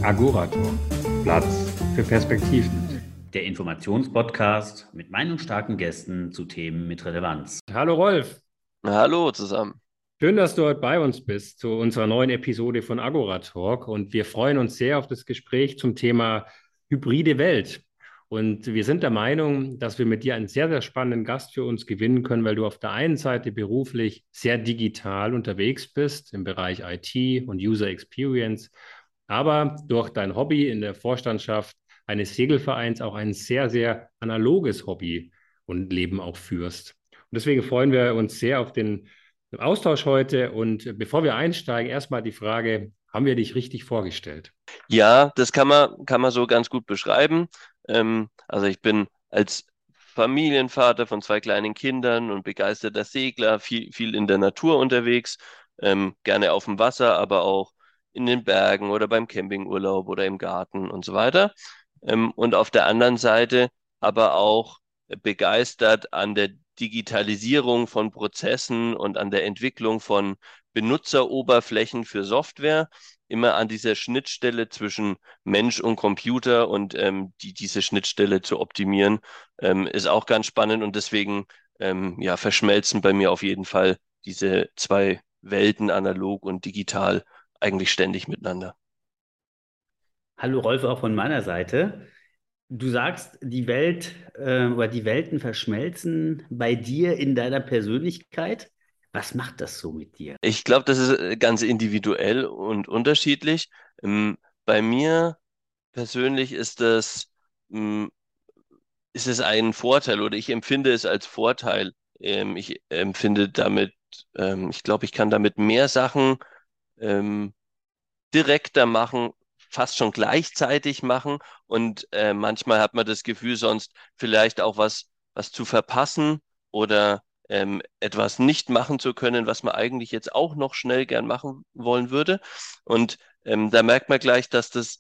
Agorator. Platz für Perspektiven. Der Informationspodcast mit meinungsstarken Gästen zu Themen mit Relevanz. Hallo Rolf, Hallo zusammen. schön, dass du heute bei uns bist zu unserer neuen Episode von Agora Talk und wir freuen uns sehr auf das Gespräch zum Thema hybride Welt. Und wir sind der Meinung, dass wir mit dir einen sehr, sehr spannenden Gast für uns gewinnen können, weil du auf der einen Seite beruflich sehr digital unterwegs bist im Bereich IT und User Experience, aber durch dein Hobby in der Vorstandschaft eines Segelvereins auch ein sehr, sehr analoges Hobby und Leben auch führst. Und deswegen freuen wir uns sehr auf den Austausch heute. Und bevor wir einsteigen, erstmal die Frage, haben wir dich richtig vorgestellt? Ja, das kann man so ganz gut beschreiben. Also ich bin als Familienvater von 2 kleinen Kindern und begeisterter Segler, viel in der Natur unterwegs, gerne auf dem Wasser, aber auch in den Bergen oder beim Campingurlaub oder im Garten und so weiter. Und auf der anderen Seite aber auch begeistert an der Digitalisierung von Prozessen und an der Entwicklung von Benutzeroberflächen für Software, immer an dieser Schnittstelle zwischen Mensch und Computer und diese Schnittstelle zu optimieren, ist auch ganz spannend und deswegen ja, verschmelzen bei mir auf jeden Fall diese 2 Welten, analog und digital, eigentlich ständig miteinander. Hallo Rolf, auch von meiner Seite. Du sagst, die Welt oder die Welten verschmelzen bei dir in deiner Persönlichkeit. Was macht das so mit dir? Ich glaube, das ist ganz individuell und unterschiedlich. Bei mir persönlich ähm, ist es ein Vorteil oder ich empfinde es als Vorteil. Ich empfinde damit, ich glaube, ich kann damit mehr Sachen ähm, direkter machen, fast schon gleichzeitig machen. Und manchmal hat man das Gefühl, sonst vielleicht auch was zu verpassen oder etwas nicht machen zu können, was man eigentlich jetzt auch noch schnell gern machen wollen würde. Und da merkt man gleich, dass das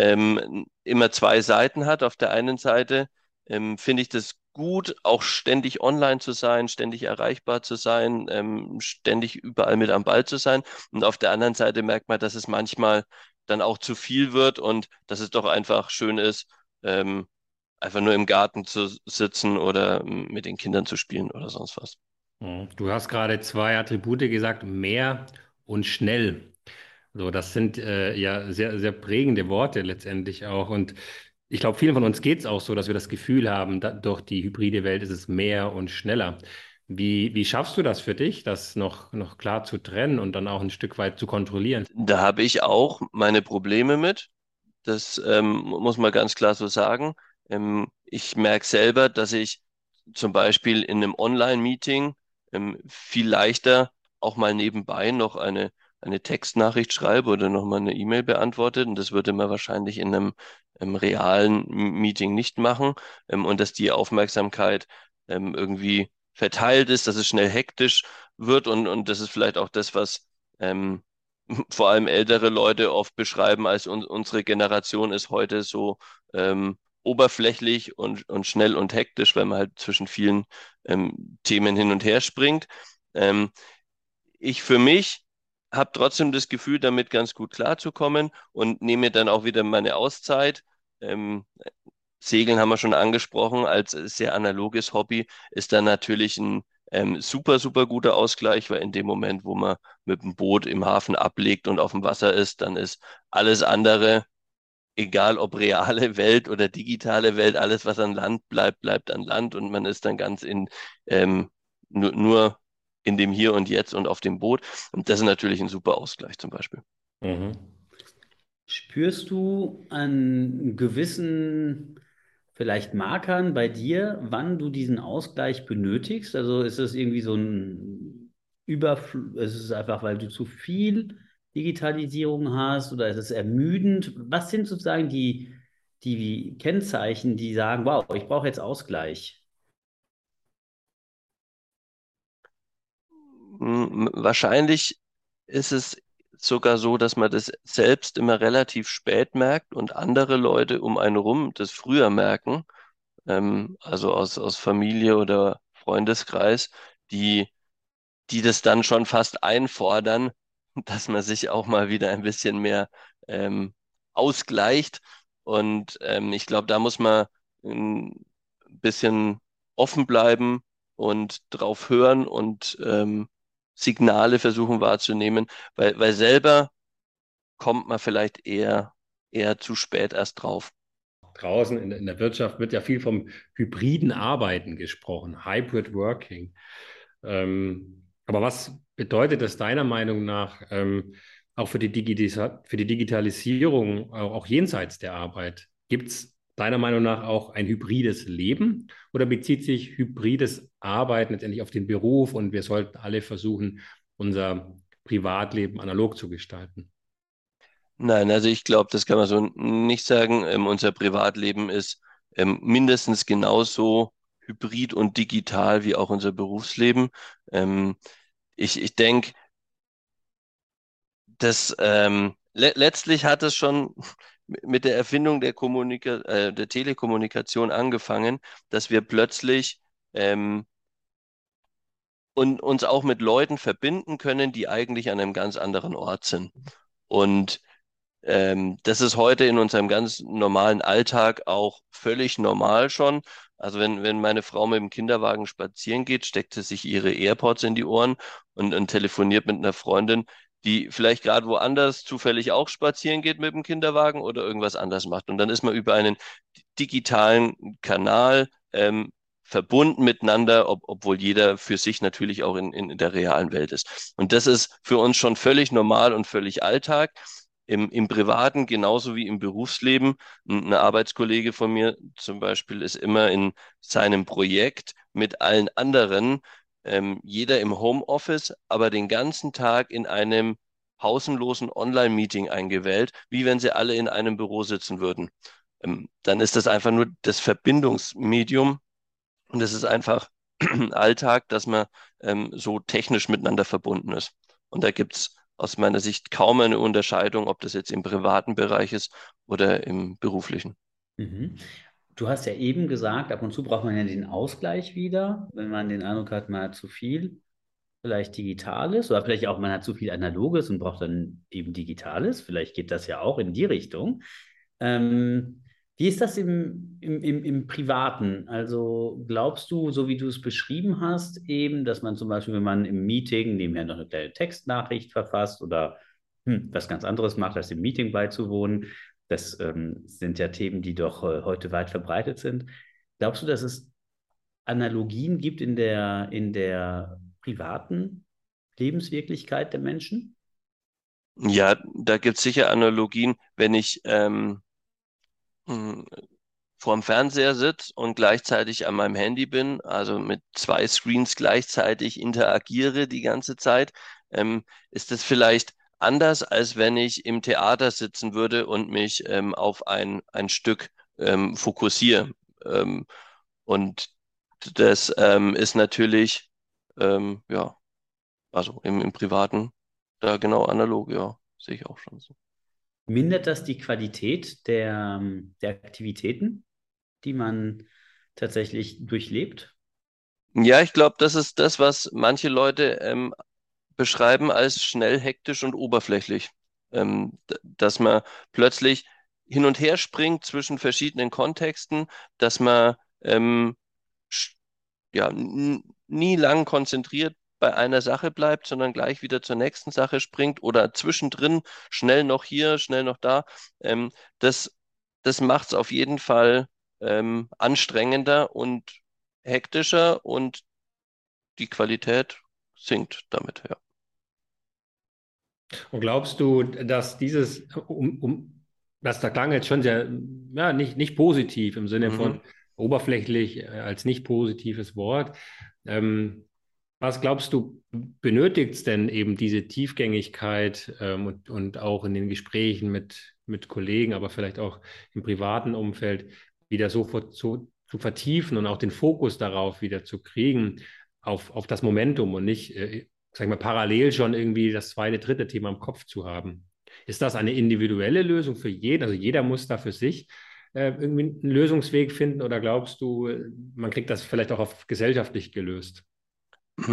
immer 2 Seiten hat. Auf der einen Seite finde ich das gut, auch ständig online zu sein, ständig erreichbar zu sein, ständig überall mit am Ball zu sein. Und auf der anderen Seite merkt man, dass es manchmal dann auch zu viel wird und dass es doch einfach schön ist, ähm, einfach nur im Garten zu sitzen oder mit den Kindern zu spielen oder sonst was. Du hast gerade zwei Attribute gesagt, mehr und schnell. So, das sind ja sehr, sehr prägende Worte letztendlich auch. Und ich glaube, vielen von uns geht es auch so, dass wir das Gefühl haben, durch die hybride Welt ist es mehr und schneller. Wie schaffst du das für dich, das noch klar zu trennen und dann auch ein Stück weit zu kontrollieren? Da habe ich auch meine Probleme mit. Das muss man ganz klar so sagen. Ich merke selber, dass ich zum Beispiel in einem Online-Meeting viel leichter auch mal nebenbei noch eine Textnachricht schreibe oder noch mal eine E-Mail beantwortet. Und das würde man wahrscheinlich in einem realen Meeting nicht machen. Und dass die Aufmerksamkeit irgendwie verteilt ist, dass es schnell hektisch wird. Und das ist vielleicht auch das, was ähm, vor allem ältere Leute oft beschreiben, als unsere Generation ist heute so oberflächlich und schnell und hektisch, weil man halt zwischen vielen Themen hin und her springt. Ähm, ich für mich habe trotzdem das Gefühl, damit ganz gut klarzukommen und nehme mir dann auch wieder meine Auszeit. Ähm, Segeln haben wir schon angesprochen, als sehr analoges Hobby ist dann natürlich ein super, super guter Ausgleich, weil in dem Moment, wo man mit dem Boot im Hafen ablegt und auf dem Wasser ist, dann ist alles andere, egal ob reale Welt oder digitale Welt, alles, was an Land bleibt, bleibt an Land und man ist dann ganz nur in dem Hier und Jetzt und auf dem Boot. Und das ist natürlich ein super Ausgleich zum Beispiel. Mhm. Spürst du an gewissen vielleicht Markern bei dir, wann du diesen Ausgleich benötigst? Also ist es irgendwie so ein Überfluss, ist es einfach, weil du zu viel Digitalisierung hast oder ist es ermüdend? Was sind sozusagen die Kennzeichen, die sagen, wow, ich brauche jetzt Ausgleich? Wahrscheinlich ist es sogar so, dass man das selbst immer relativ spät merkt und andere Leute um einen rum das früher merken, also aus Familie oder Freundeskreis, die, die das dann schon fast einfordern, dass man sich auch mal wieder ein bisschen mehr ähm, ausgleicht. Und ich glaube, da muss man ein bisschen offen bleiben und drauf hören und Signale versuchen wahrzunehmen, weil selber kommt man vielleicht eher zu spät erst drauf. Draußen in der Wirtschaft wird ja viel vom hybriden Arbeiten gesprochen, Hybrid Working. Aber was bedeutet das deiner Meinung nach auch für die Digitalisierung, auch jenseits der Arbeit? Gibt es deiner Meinung nach auch ein hybrides Leben oder bezieht sich hybrides Arbeiten letztendlich auf den Beruf und wir sollten alle versuchen, unser Privatleben analog zu gestalten? Nein, also ich glaube, das kann man so nicht sagen. Unser Privatleben ist mindestens genauso hybrid und digital wie auch unser Berufsleben. Ähm, ich denke, dass letztlich hat es schon mit der Erfindung der Telekommunikation angefangen, dass wir plötzlich uns auch mit Leuten verbinden können, die eigentlich an einem ganz anderen Ort sind. Und das ist heute in unserem ganz normalen Alltag auch völlig normal schon. Also wenn meine Frau mit dem Kinderwagen spazieren geht, steckt sie sich ihre AirPods in die Ohren und telefoniert mit einer Freundin, die vielleicht gerade woanders zufällig auch spazieren geht mit dem Kinderwagen oder irgendwas anderes macht. Und dann ist man über einen digitalen Kanal verbunden miteinander, obwohl jeder für sich natürlich auch in der realen Welt ist. Und das ist für uns schon völlig normal und völlig Alltag. Im Privaten genauso wie im Berufsleben. Ein Arbeitskollege von mir zum Beispiel ist immer in seinem Projekt mit allen anderen, jeder im Homeoffice, aber den ganzen Tag in einem pausenlosen Online-Meeting eingewählt, wie wenn sie alle in einem Büro sitzen würden. Dann ist das einfach nur das Verbindungsmedium und es ist einfach Alltag, dass man so technisch miteinander verbunden ist. Und da gibt es aus meiner Sicht kaum eine Unterscheidung, ob das jetzt im privaten Bereich ist oder im beruflichen. Mhm. Du hast ja eben gesagt, ab und zu braucht man ja den Ausgleich wieder, wenn man den Eindruck hat, man hat zu viel, vielleicht Digitales oder vielleicht auch man hat zu viel Analoges und braucht dann eben Digitales. Vielleicht geht das ja auch in die Richtung. Ähm, Wie ist das im Privaten? Also glaubst du, so wie du es beschrieben hast, eben, dass man zum Beispiel, wenn man im Meeting nebenher noch eine kleine Textnachricht verfasst oder was ganz anderes macht, als im Meeting beizuwohnen, das sind ja Themen, die doch heute weit verbreitet sind. Glaubst du, dass es Analogien gibt in der privaten Lebenswirklichkeit der Menschen? Ja, da gibt es sicher Analogien, wenn ich mh, vorm Fernseher sitze und gleichzeitig an meinem Handy bin, also mit zwei Screens gleichzeitig interagiere die ganze Zeit, ist das vielleicht anders, als wenn ich im Theater sitzen würde und mich auf ein Stück fokussiere. Und das ist natürlich, ja, also im Privaten da genau analog, ja, sehe ich auch schon so. Mindert das die Qualität der Aktivitäten, die man tatsächlich durchlebt? Ja, ich glaube, das ist das, was manche Leute beschreiben als schnell, hektisch und oberflächlich. Dass man plötzlich hin und her springt zwischen verschiedenen Kontexten, dass man sch- ja, nie lang konzentriert bei einer Sache bleibt, sondern gleich wieder zur nächsten Sache springt oder zwischendrin schnell noch hier, schnell noch da. Ähm, das das macht es auf jeden Fall anstrengender und hektischer und die Qualität sinkt damit, ja. Und glaubst du, dass das da klang jetzt schon sehr, ja, nicht positiv im Sinne Mhm. von oberflächlich als nicht positives Wort. Ähm, Was glaubst du, benötigt es denn eben diese Tiefgängigkeit und auch in den Gesprächen mit Kollegen, aber vielleicht auch im privaten Umfeld wieder zu vertiefen und auch den Fokus darauf wieder zu kriegen, auf das Momentum und nicht, sag ich mal, parallel schon irgendwie das zweite, dritte Thema im Kopf zu haben? Ist das eine individuelle Lösung für jeden? Also jeder muss da für sich irgendwie einen Lösungsweg finden oder glaubst du, man kriegt das vielleicht auch auf gesellschaftlich gelöst?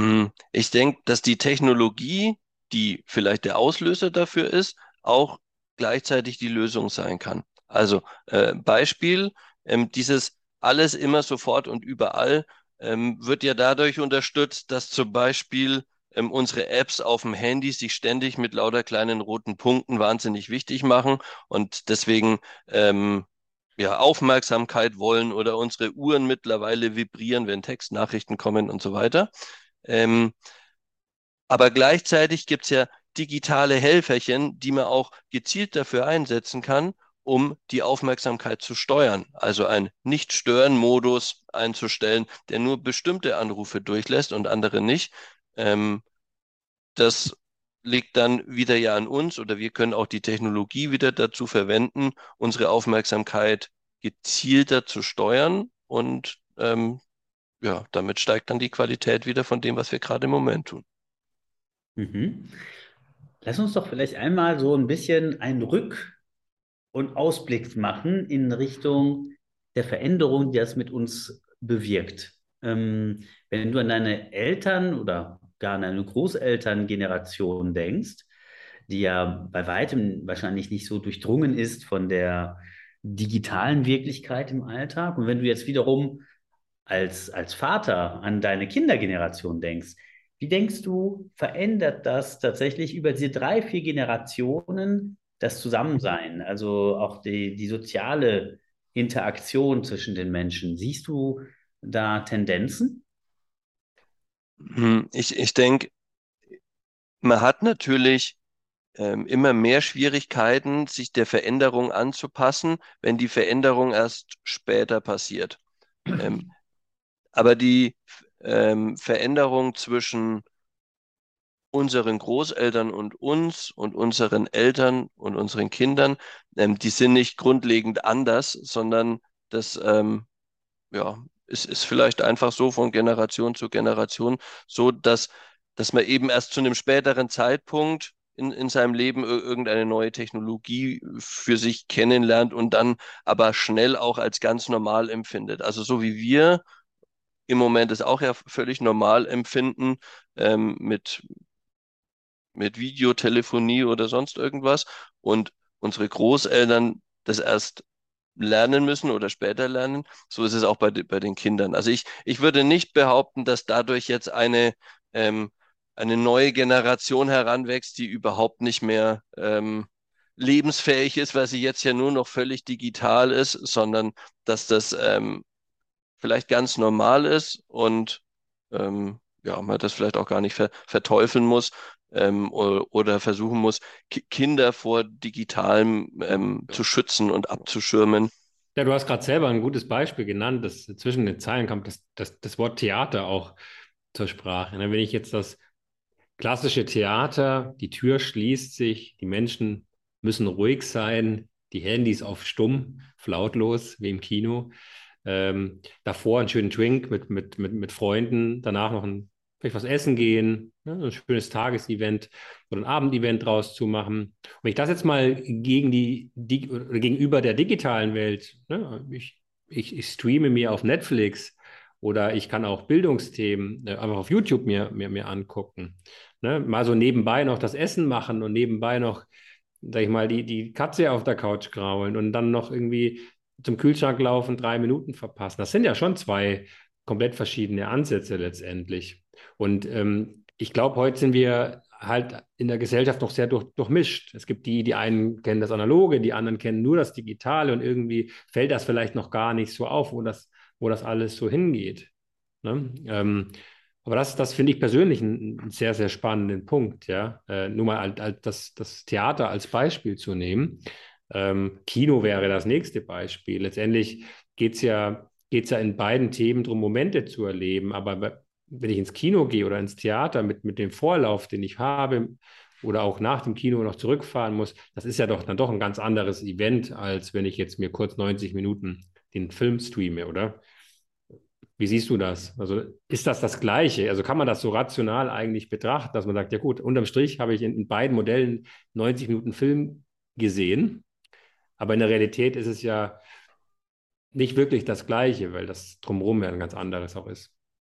Ich denke, dass die Technologie, die vielleicht der Auslöser dafür ist, auch gleichzeitig die Lösung sein kann. Also Beispiel, dieses alles immer sofort und überall wird ja dadurch unterstützt, dass zum Beispiel unsere Apps auf dem Handy sich ständig mit lauter kleinen roten Punkten wahnsinnig wichtig machen und deswegen ja, Aufmerksamkeit wollen oder unsere Uhren mittlerweile vibrieren, wenn Textnachrichten kommen und so weiter. Ähm, aber gleichzeitig gibt es ja digitale Helferchen, die man auch gezielt dafür einsetzen kann, um die Aufmerksamkeit zu steuern. Also einen Nicht-Stören-Modus einzustellen, der nur bestimmte Anrufe durchlässt und andere nicht. Ähm, Das liegt dann wieder ja an uns oder wir können auch die Technologie wieder dazu verwenden, unsere Aufmerksamkeit gezielter zu steuern und ja, damit steigt dann die Qualität wieder von dem, was wir gerade im Moment tun. Mhm. Lass uns doch vielleicht einmal so ein bisschen einen und Ausblick machen in Richtung der Veränderung, die das mit uns bewirkt. Wenn du an deine Eltern oder gar an deine Großelterngeneration denkst, die ja bei weitem wahrscheinlich nicht so durchdrungen ist von der digitalen Wirklichkeit im Alltag. Und wenn du jetzt wiederum als Vater an deine Kindergeneration denkst, wie denkst du, verändert das tatsächlich über diese 3, 4 Generationen das Zusammensein, also auch die soziale Interaktion zwischen den Menschen? Siehst du da Tendenzen? Ich denke, man hat natürlich immer mehr Schwierigkeiten, sich der Veränderung anzupassen, wenn die Veränderung erst später passiert. Ähm, aber die Veränderung zwischen unseren Großeltern und uns und unseren Eltern und unseren Kindern, die sind nicht grundlegend anders, sondern das ja, ist vielleicht einfach so von Generation zu Generation so, dass man eben erst zu einem späteren Zeitpunkt in seinem Leben irgendeine neue Technologie für sich kennenlernt und dann aber schnell auch als ganz normal empfindet. Also so wie wir im Moment es auch ja völlig normal empfinden, mit Videotelefonie oder sonst irgendwas und unsere Großeltern das erst lernen müssen oder später lernen. So ist es auch bei den Kindern. Also ich würde nicht behaupten, dass dadurch jetzt eine neue Generation heranwächst, die überhaupt nicht mehr lebensfähig ist, weil sie jetzt ja nur noch völlig digital ist, sondern dass das vielleicht ganz normal ist und ja, man das vielleicht auch gar nicht verteufeln muss oder versuchen muss, Kinder vor Digitalem zu schützen und abzuschirmen. Ja, du hast gerade selber ein gutes Beispiel genannt, dass zwischen den Zeilen kommt das Wort Theater auch zur Sprache. Ne? Wenn ich jetzt das klassische Theater, die Tür schließt sich, die Menschen müssen ruhig sein, die Handys auf stumm, lautlos, wie im Kino. Davor einen schönen Drink mit Freunden, danach noch vielleicht was essen gehen, ne? Ein schönes Tagesevent oder ein Abendevent draus zu machen. Und wenn ich das jetzt mal oder gegenüber der digitalen Welt, ne? Ich streame mir auf Netflix oder ich kann auch Bildungsthemen einfach auf YouTube mir angucken. Ne? Mal so nebenbei noch das Essen machen und nebenbei noch, sag ich mal, die Katze auf der Couch kraulen und dann noch irgendwie zum Kühlschrank laufen, 3 Minuten verpassen. Das sind ja schon zwei komplett verschiedene Ansätze letztendlich. Und ich glaube, heute sind wir halt in der Gesellschaft noch sehr durchmischt. Es gibt die einen kennen das Analoge, die anderen kennen nur das Digitale und irgendwie fällt das vielleicht noch gar nicht so auf, wo das alles so hingeht. Ne? Aber das finde ich persönlich einen sehr, sehr spannenden Punkt, ja. Nur mal das Theater als Beispiel zu nehmen. Kino wäre das nächste Beispiel. Letztendlich geht's ja in beiden Themen darum, Momente zu erleben. Aber wenn ich ins Kino gehe oder ins Theater mit dem Vorlauf, den ich habe, oder auch nach dem Kino noch zurückfahren muss, das ist ja dann doch ein ganz anderes Event, als wenn ich jetzt mir kurz 90 Minuten den Film streame, oder? Wie siehst du das? Also ist das Gleiche? Also kann man das so rational eigentlich betrachten, dass man sagt, ja gut, unterm Strich habe ich in beiden Modellen 90 Minuten Film gesehen, aber in der Realität ist es ja nicht wirklich das Gleiche, weil das drumherum ja ein ganz anderes auch ist.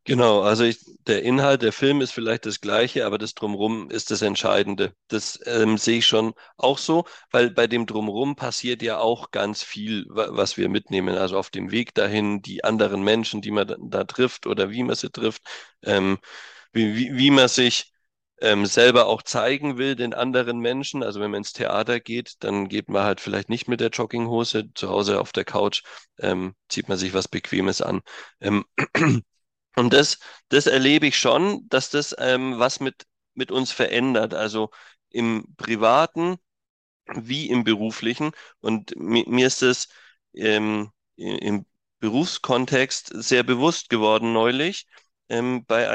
Genau, also der Inhalt, der Film ist vielleicht das Gleiche, aber das Drumherum ist das Entscheidende. Das sehe ich schon auch so, weil bei dem Drumherum passiert ja auch ganz viel, was wir mitnehmen. Also auf dem Weg dahin, die anderen Menschen, die man da trifft oder wie man sie trifft, ähm, wie man sich selber auch zeigen will den anderen Menschen. Also wenn man ins Theater geht, dann geht man halt vielleicht nicht mit der Jogginghose zu Hause auf der Couch, zieht man sich was Bequemes an. Ähm, Und das erlebe ich schon, dass das was mit uns verändert, also im Privaten wie im Beruflichen. Und mir ist es im Berufskontext sehr bewusst geworden neulich, bei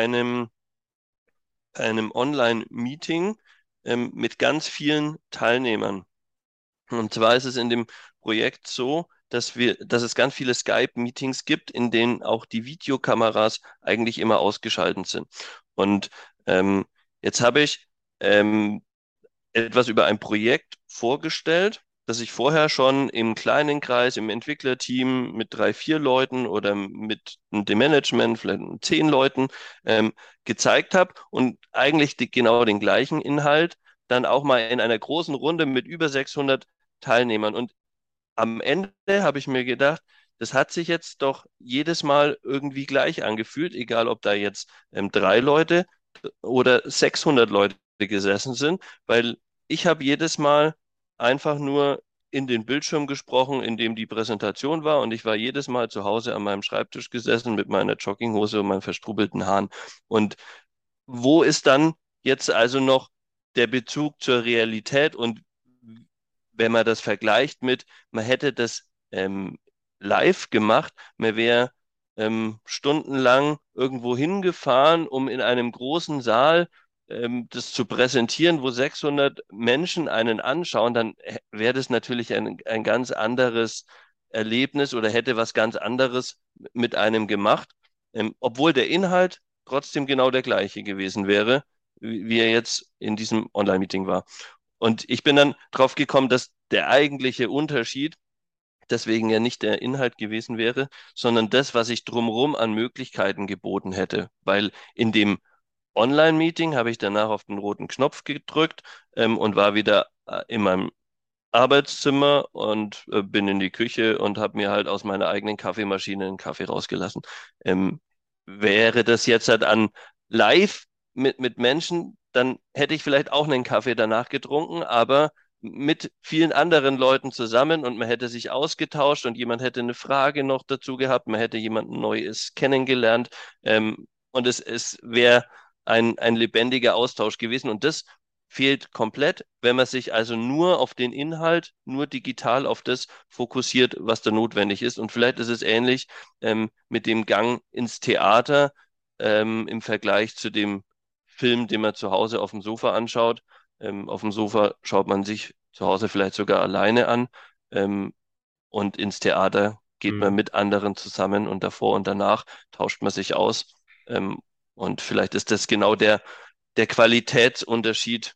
einem Online-Meeting mit ganz vielen Teilnehmern. Und zwar ist es in dem Projekt so, dass es ganz viele Skype-Meetings gibt, in denen auch die Videokameras eigentlich immer ausgeschaltet sind. Und ähm, jetzt habe ich ähm, etwas über ein Projekt vorgestellt, das ich vorher schon im kleinen Kreis, im Entwicklerteam mit 3, 4 Leuten oder mit dem Management, vielleicht 10 Leuten, gezeigt habe und eigentlich genau den gleichen Inhalt dann auch mal in einer großen Runde mit über 600 Teilnehmern. Und am Ende habe ich mir gedacht, das hat sich jetzt doch jedes Mal irgendwie gleich angefühlt, egal ob da jetzt 3 Leute oder 600 Leute gesessen sind, weil ich habe jedes Mal einfach nur in den Bildschirm gesprochen, in dem die Präsentation war, und ich war jedes Mal zu Hause an meinem Schreibtisch gesessen mit meiner Jogginghose und meinen verstrubelten Haaren. Und wo ist dann jetzt also noch der Bezug zur Realität? Und wenn man das vergleicht mit, man hätte das live gemacht, man wäre stundenlang irgendwo hingefahren, um in einem großen Saal das zu präsentieren, wo 600 Menschen einen anschauen, dann wäre das natürlich ein ganz anderes Erlebnis oder hätte was ganz anderes mit einem gemacht, obwohl der Inhalt trotzdem genau der gleiche gewesen wäre, wie er jetzt in diesem Online-Meeting war. Und ich bin dann drauf gekommen, dass der eigentliche Unterschied deswegen ja nicht der Inhalt gewesen wäre, sondern das, was ich drumherum an Möglichkeiten geboten hätte. Weil in dem Online-Meeting habe ich danach auf den roten Knopf gedrückt und war wieder in meinem Arbeitszimmer und bin in die Küche und habe mir halt aus meiner eigenen Kaffeemaschine einen Kaffee rausgelassen. Ähm, Wäre das jetzt halt an live mit Menschen, dann hätte ich vielleicht auch einen Kaffee danach getrunken, aber mit vielen anderen Leuten zusammen, und man hätte sich ausgetauscht und jemand hätte eine Frage noch dazu gehabt, man hätte jemanden Neues kennengelernt, und es wäre ein lebendiger Austausch gewesen, und das fehlt komplett, wenn man sich also nur auf den Inhalt, nur digital auf das fokussiert, was da notwendig ist. Und vielleicht ist es ähnlich mit dem Gang ins Theater im Vergleich zu dem Film, den man zu Hause auf dem Sofa anschaut. Auf dem Sofa schaut man sich zu Hause vielleicht sogar alleine an, ähm, und ins Theater geht man Mhm. mit anderen zusammen, und davor und danach tauscht man sich aus. Ähm, und vielleicht ist das genau der Qualitätsunterschied,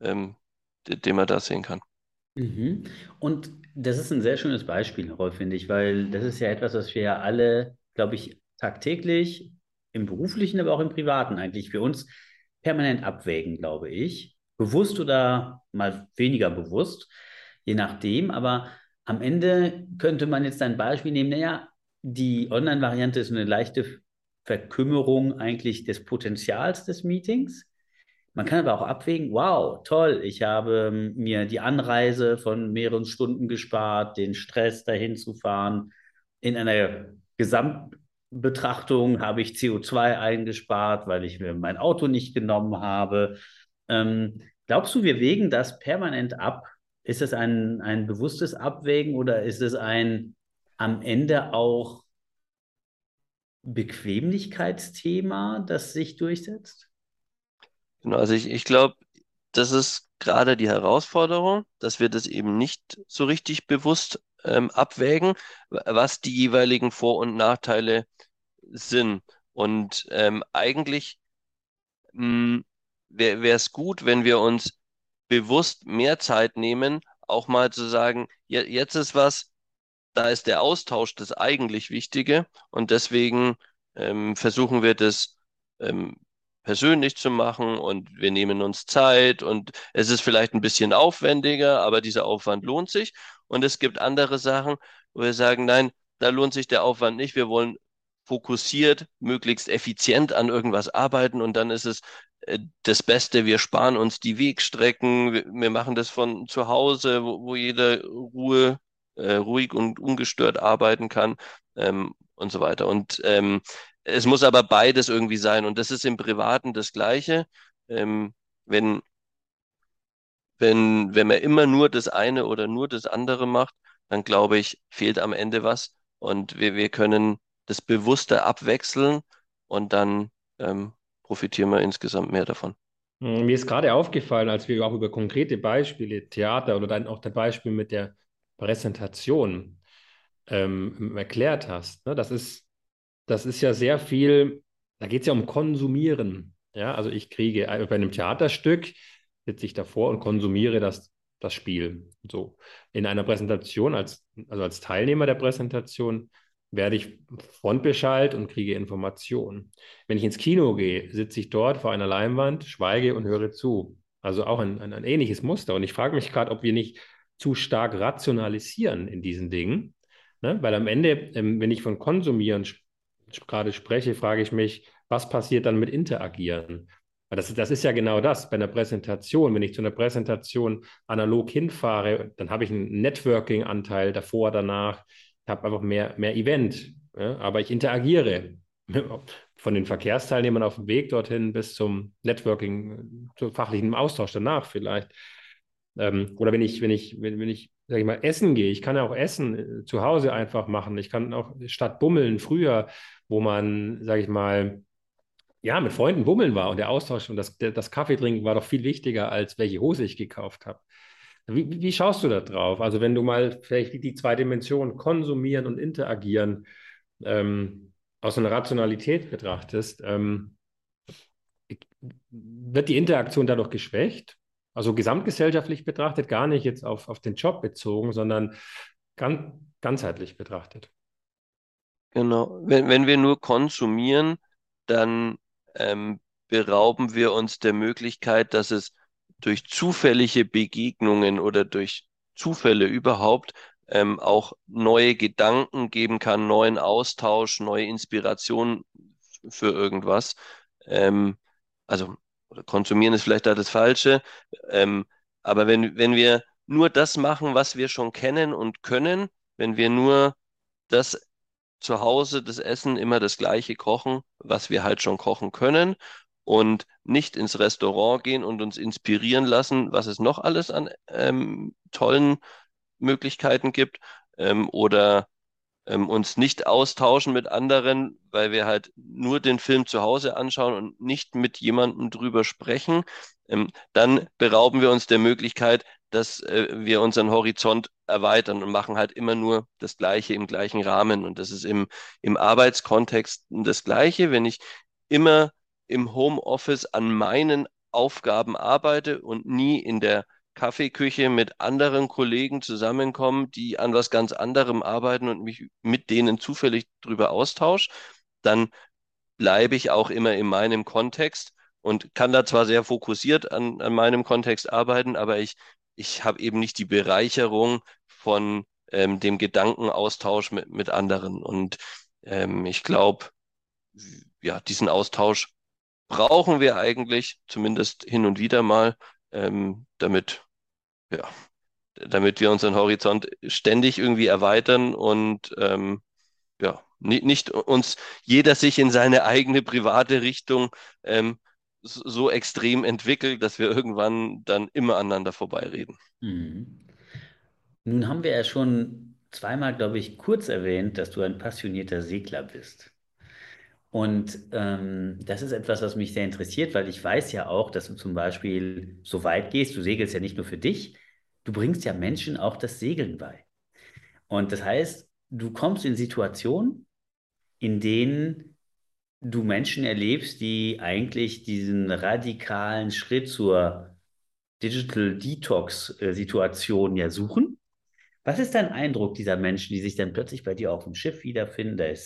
den man da sehen kann. Mhm. Und das ist ein sehr schönes Beispiel, Rolf, finde ich, weil das ist ja etwas, was wir ja alle, glaube ich, tagtäglich im beruflichen, aber auch im privaten eigentlich für uns permanent abwägen, glaube ich. Bewusst oder mal weniger bewusst, je nachdem. Aber am Ende könnte man jetzt ein Beispiel nehmen, naja, die Online-Variante ist eine leichte Verkümmerung eigentlich des Potenzials des Meetings. Man kann aber auch abwägen, wow, toll, ich habe mir die Anreise von mehreren Stunden gespart, den Stress dahin zu fahren. In einer Gesamtbetrachtung habe ich CO2 eingespart, weil ich mir mein Auto nicht genommen habe. Glaubst du, wir wägen das permanent ab? Ist es ein bewusstes Abwägen oder ist es ein am Ende auch Bequemlichkeitsthema, das sich durchsetzt? Genau, also ich glaube, das ist gerade die Herausforderung, dass wir das eben nicht so richtig bewusst abwägen, was die jeweiligen Vor- und Nachteile sind. Und eigentlich wäre es gut, wenn wir uns bewusst mehr Zeit nehmen, auch mal zu sagen, jetzt ist was, da ist der Austausch das eigentlich Wichtige, und deswegen versuchen wir das ähm, persönlich zu machen und wir nehmen uns Zeit und es ist vielleicht ein bisschen aufwendiger, aber dieser Aufwand lohnt sich. Und es gibt andere Sachen, wo wir sagen, nein, da lohnt sich der Aufwand nicht. Wir wollen fokussiert, möglichst effizient an irgendwas arbeiten und dann ist es das Beste. Wir sparen uns die Wegstrecken, wir machen das von zu Hause, wo jeder ruhig und ungestört arbeiten kann und so weiter. Und es muss aber beides irgendwie sein und das ist im Privaten das Gleiche. Ähm, wenn, wenn man immer nur das eine oder nur das andere macht, dann glaube ich, fehlt am Ende was. Und wir können das bewusster abwechseln und dann profitieren wir insgesamt mehr davon. Mir ist gerade aufgefallen, als wir auch über konkrete Beispiele, Theater oder dann auch das Beispiel mit der Präsentation erklärt hast, ne? Das ist ja sehr viel, da geht es ja um Konsumieren. Ja, also ich kriege bei einem Theaterstück, sitze ich davor und konsumiere das Spiel. So. In einer Präsentation, also als Teilnehmer der Präsentation, werde ich frontbeschallt und kriege Informationen. Wenn ich ins Kino gehe, sitze ich dort vor einer Leinwand, schweige und höre zu. Also auch ein ähnliches Muster. Und ich frage mich gerade, ob wir nicht zu stark rationalisieren in diesen Dingen. Ne? Weil am Ende, wenn ich von Konsumieren gerade spreche, frage ich mich, was passiert dann mit Interagieren? Weil das ist ja genau das bei einer Präsentation. Wenn ich zu einer Präsentation analog hinfahre, dann habe ich einen Networking-Anteil davor, danach. Ich habe einfach mehr Event, ja? Aber ich interagiere von den Verkehrsteilnehmern auf dem Weg dorthin bis zum Networking, zum fachlichen Austausch danach vielleicht. Oder wenn ich, sag ich mal, essen gehe, ich kann ja auch Essen zu Hause einfach machen. Ich kann auch statt Bummeln früher, wo man, sage ich mal, ja, mit Freunden bummeln war und der Austausch und das Kaffee trinken war doch viel wichtiger, als welche Hose ich gekauft habe. Wie schaust du da drauf? Also wenn du mal vielleicht die zwei Dimensionen konsumieren und interagieren aus einer Rationalität betrachtest, wird die Interaktion dadurch geschwächt? Also gesamtgesellschaftlich betrachtet, gar nicht jetzt auf den Job bezogen, sondern ganzheitlich betrachtet. Genau. Wenn wir nur konsumieren, dann berauben wir uns der Möglichkeit, dass es durch zufällige Begegnungen oder durch Zufälle überhaupt auch neue Gedanken geben kann, neuen Austausch, neue Inspiration für irgendwas. Ähm, also, oder konsumieren ist vielleicht da das Falsche. Ähm, aber wenn wir nur das machen, was wir schon kennen und können, wenn wir nur das zu Hause das Essen immer das gleiche kochen, was wir halt schon kochen können und nicht ins Restaurant gehen und uns inspirieren lassen, was es noch alles an tollen Möglichkeiten gibt oder uns nicht austauschen mit anderen, weil wir halt nur den Film zu Hause anschauen und nicht mit jemandem drüber sprechen, dann berauben wir uns der Möglichkeit, dass wir unseren Horizont erweitern und machen halt immer nur das Gleiche im gleichen Rahmen. Und das ist im Arbeitskontext das Gleiche. Wenn ich immer im Homeoffice an meinen Aufgaben arbeite und nie in der Kaffeeküche mit anderen Kollegen zusammenkommen, die an was ganz anderem arbeiten und mich mit denen zufällig drüber austausche, dann bleibe ich auch immer in meinem Kontext und kann da zwar sehr fokussiert an meinem Kontext arbeiten, aber ich habe eben nicht die Bereicherung von dem Gedankenaustausch mit anderen. Und ich glaube, ja, diesen Austausch brauchen wir eigentlich, zumindest hin und wieder mal, damit ja, damit wir unseren Horizont ständig irgendwie erweitern und ja, nicht uns jeder sich in seine eigene private Richtung so extrem entwickelt, dass wir irgendwann dann immer aneinander vorbeireden. Mhm. Nun haben wir ja schon zweimal, glaube ich, kurz erwähnt, dass du ein passionierter Segler bist. Und das ist etwas, was mich sehr interessiert, weil ich weiß ja auch, dass du zum Beispiel so weit gehst, du segelst ja nicht nur für dich, du bringst ja Menschen auch das Segeln bei. Und das heißt, du kommst in Situationen, in denen du Menschen erlebst, die eigentlich diesen radikalen Schritt zur Digital Detox-Situation ja suchen. Was ist dein Eindruck dieser Menschen, die sich dann plötzlich bei dir auf dem Schiff wiederfinden? Da ist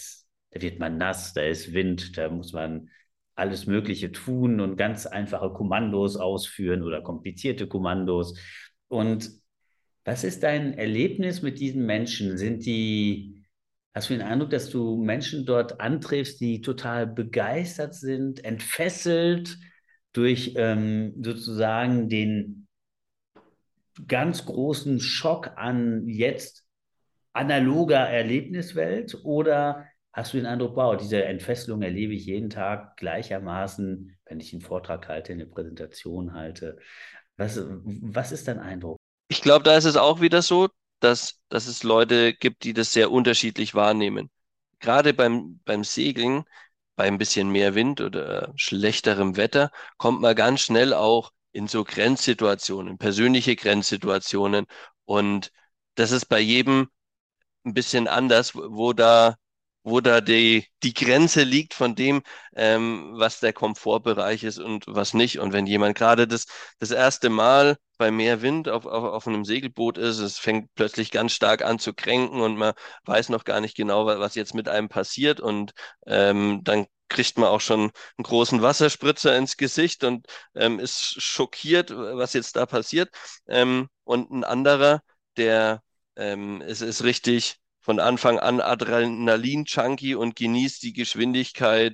Da wird man nass, da ist Wind, da muss man alles Mögliche tun und ganz einfache Kommandos ausführen oder komplizierte Kommandos. Und was ist dein Erlebnis mit diesen Menschen? Hast du den Eindruck, dass du Menschen dort antriffst, die total begeistert sind, entfesselt durch sozusagen den ganz großen Schock an jetzt analoger Erlebniswelt? Oder hast du den Eindruck, wow, diese Entfesselung erlebe ich jeden Tag gleichermaßen, wenn ich einen Vortrag halte, eine Präsentation halte? Was ist dein Eindruck? Ich glaube, da ist es auch wieder so, dass es Leute gibt, die das sehr unterschiedlich wahrnehmen. Gerade beim Segeln, bei ein bisschen mehr Wind oder schlechterem Wetter, kommt man ganz schnell auch in so Grenzsituationen, persönliche Grenzsituationen. Und das ist bei jedem ein bisschen anders, wo da die Grenze liegt von dem, was der Komfortbereich ist und was nicht. Und wenn jemand gerade das erste Mal bei mehr Wind auf einem Segelboot ist, es fängt plötzlich ganz stark an zu kränken und man weiß noch gar nicht genau, was jetzt mit einem passiert. Und dann kriegt man auch schon einen großen Wasserspritzer ins Gesicht und ist schockiert, was jetzt da passiert. Und ein anderer, der es ist richtig von Anfang an Adrenalin-Junkie und genießt die Geschwindigkeit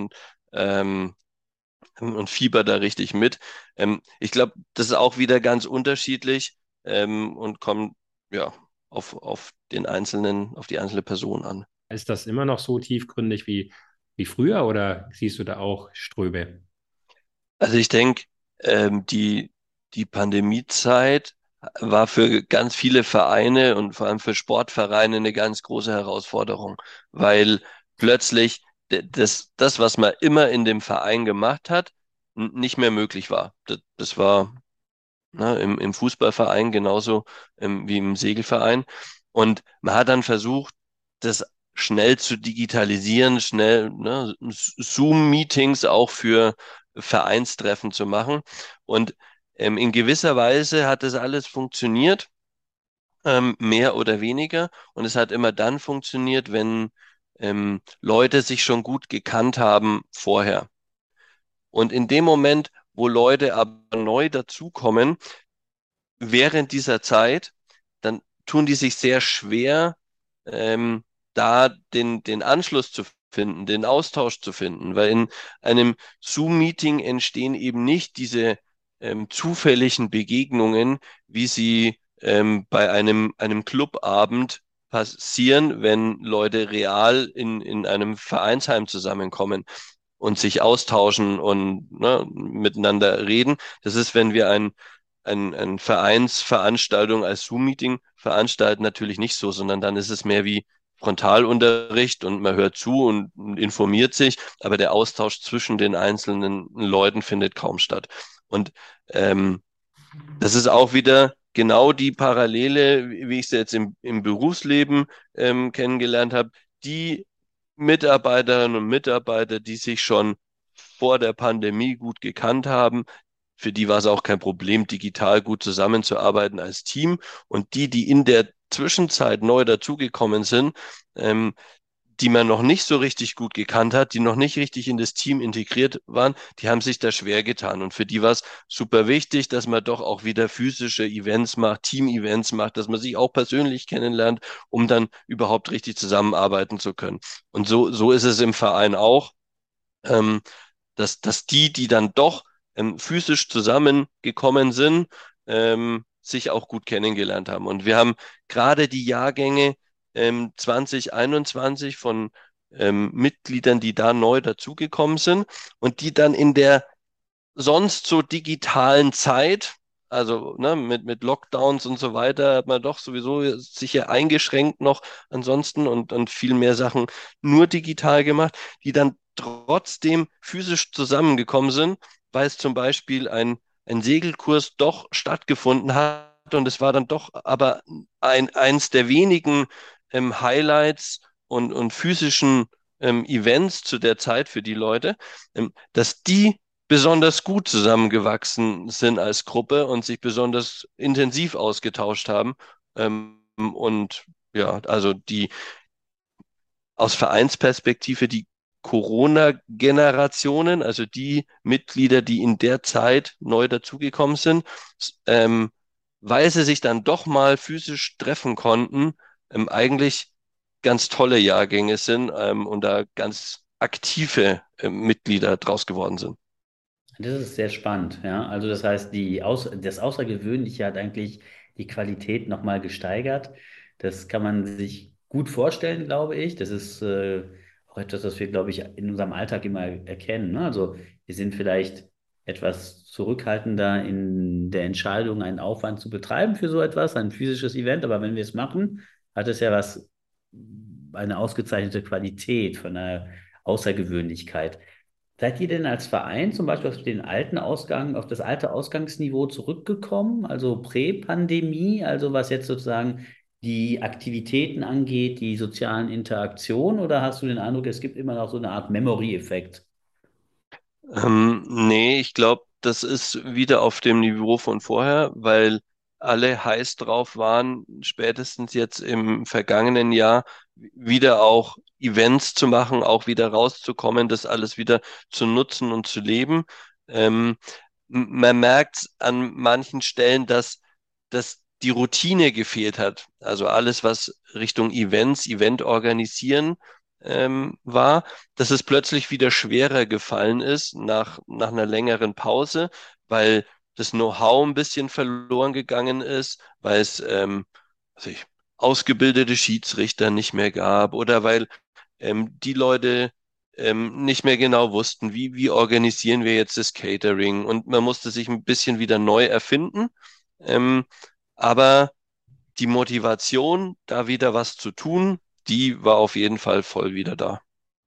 und fiebert da richtig mit. Ich glaube, das ist auch wieder ganz unterschiedlich und kommt ja auf auf die einzelne Person an. Ist das immer noch so tiefgründig wie früher oder siehst du da auch Ströme? Also ich denke, die Pandemiezeit war für ganz viele Vereine und vor allem für Sportvereine eine ganz große Herausforderung, weil plötzlich das, was man immer in dem Verein gemacht hat, nicht mehr möglich war. Das war im Fußballverein genauso wie im Segelverein. Und man hat dann versucht, das schnell zu digitalisieren, schnell Zoom-Meetings auch für Vereinstreffen zu machen. Und in gewisser Weise hat das alles funktioniert, mehr oder weniger. Und es hat immer dann funktioniert, wenn Leute sich schon gut gekannt haben vorher. Und in dem Moment, wo Leute aber neu dazukommen, während dieser Zeit, dann tun die sich sehr schwer, ähm, da den Anschluss zu finden, den Austausch zu finden, weil in einem Zoom-Meeting entstehen eben nicht diese zufälligen Begegnungen, wie sie bei einem Clubabend passieren, wenn Leute real in einem Vereinsheim zusammenkommen und sich austauschen und miteinander reden. Das ist, wenn wir ein Vereinsveranstaltung als Zoom-Meeting veranstalten, natürlich nicht so, sondern dann ist es mehr wie Frontalunterricht und man hört zu und informiert sich, aber der Austausch zwischen den einzelnen Leuten findet kaum statt. Und ähm, das ist auch wieder genau die Parallele, wie ich sie jetzt im Berufsleben kennengelernt habe. Die Mitarbeiterinnen und Mitarbeiter, die sich schon vor der Pandemie gut gekannt haben, für die war es auch kein Problem, digital gut zusammenzuarbeiten als Team. Und die in der Zwischenzeit neu dazugekommen sind, ähm, die man noch nicht so richtig gut gekannt hat, die noch nicht richtig in das Team integriert waren, die haben sich da schwer getan. Und für die war es super wichtig, dass man doch auch wieder physische Events macht, Team-Events macht, dass man sich auch persönlich kennenlernt, um dann überhaupt richtig zusammenarbeiten zu können. Und so ist es im Verein auch, ähm, dass die dann doch physisch zusammengekommen sind, sich auch gut kennengelernt haben. Und wir haben gerade die Jahrgänge 2021 von Mitgliedern, die da neu dazugekommen sind und die dann in der sonst so digitalen Zeit, also mit Lockdowns und so weiter, hat man doch sowieso sicher eingeschränkt noch ansonsten und viel mehr Sachen nur digital gemacht, die dann trotzdem physisch zusammengekommen sind, weil es zum Beispiel ein Segelkurs doch stattgefunden hat und es war dann doch aber eins der wenigen Highlights und physischen Events zu der Zeit für die Leute, dass die besonders gut zusammengewachsen sind als Gruppe und sich besonders intensiv ausgetauscht haben. Und ja, also aus Vereinsperspektive die Corona-Generationen, also die Mitglieder, die in der Zeit neu dazugekommen sind, ähm, weil sie sich dann doch mal physisch treffen konnten, eigentlich ganz tolle Jahrgänge sind und da ganz aktive Mitglieder draus geworden sind. Das ist sehr spannend, ja. Also das heißt, das Außergewöhnliche hat eigentlich die Qualität nochmal gesteigert. Das kann man sich gut vorstellen, glaube ich. Das ist auch etwas, was wir, glaube ich, in unserem Alltag immer erkennen. Ne? Also wir sind vielleicht etwas zurückhaltender in der Entscheidung, einen Aufwand zu betreiben für so etwas, ein physisches Event. Aber wenn wir es machen, hat es ja eine ausgezeichnete Qualität von einer Außergewöhnlichkeit. Seid ihr denn als Verein zum Beispiel auf das alte Ausgangsniveau zurückgekommen, also Prä-Pandemie, also was jetzt sozusagen die Aktivitäten angeht, die sozialen Interaktionen, oder hast du den Eindruck, es gibt immer noch so eine Art Memory-Effekt? Nee, ich glaube, das ist wieder auf dem Niveau von vorher, weil alle heiß drauf waren, spätestens jetzt im vergangenen Jahr wieder auch Events zu machen, auch wieder rauszukommen, das alles wieder zu nutzen und zu leben. Ähm, Man merkt an manchen Stellen, dass die Routine gefehlt hat. Also alles, was Richtung Events, Event organisieren war, dass es plötzlich wieder schwerer gefallen ist nach einer längeren Pause, weil das Know-how ein bisschen verloren gegangen ist, weil es also ausgebildete Schiedsrichter nicht mehr gab oder weil die Leute nicht mehr genau wussten, wie organisieren wir jetzt das Catering, und man musste sich ein bisschen wieder neu erfinden. Ähm, aber die Motivation, da wieder was zu tun, die war auf jeden Fall voll wieder da.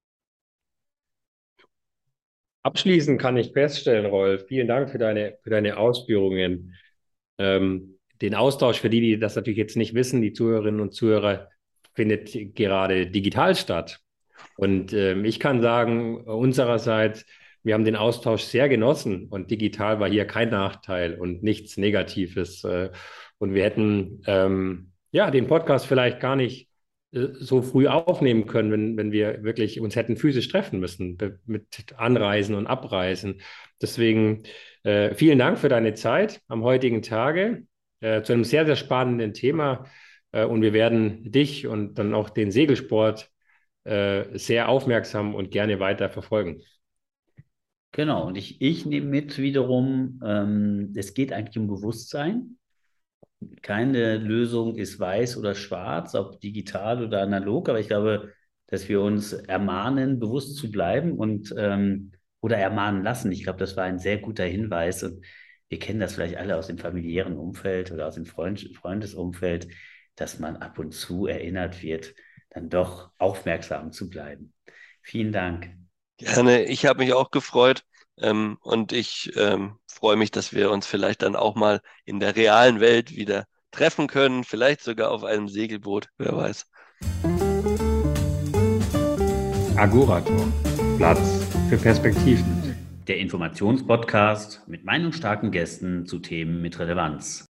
Abschließend kann ich feststellen, Rolf, vielen Dank für deine Ausführungen. Den Austausch für die, die das natürlich jetzt nicht wissen, die Zuhörerinnen und Zuhörer, findet gerade digital statt. Und ich kann sagen, unsererseits, wir haben den Austausch sehr genossen und digital war hier kein Nachteil und nichts Negatives. Und wir hätten ja den Podcast vielleicht gar nicht so früh aufnehmen können, wenn wir wirklich uns hätten physisch treffen müssen mit Anreisen und Abreisen. Deswegen vielen Dank für deine Zeit am heutigen Tage zu einem sehr, sehr spannenden Thema. Und wir werden dich und dann auch den Segelsport sehr aufmerksam und gerne weiter verfolgen. Genau, und ich nehme mit wiederum, es geht eigentlich um Bewusstsein. Keine Lösung ist weiß oder schwarz, ob digital oder analog, aber ich glaube, dass wir uns ermahnen, bewusst zu bleiben und oder ermahnen lassen. Ich glaube, das war ein sehr guter Hinweis und wir kennen das vielleicht alle aus dem familiären Umfeld oder aus dem Freundesumfeld, dass man ab und zu erinnert wird, dann doch aufmerksam zu bleiben. Vielen Dank. Gerne, ich habe mich auch gefreut und ich freue mich, dass wir uns vielleicht dann auch mal in der realen Welt wieder treffen können, vielleicht sogar auf einem Segelboot, wer weiß. Agorator, Platz für Perspektiven. Der Informationspodcast mit meinungsstarken Gästen zu Themen mit Relevanz.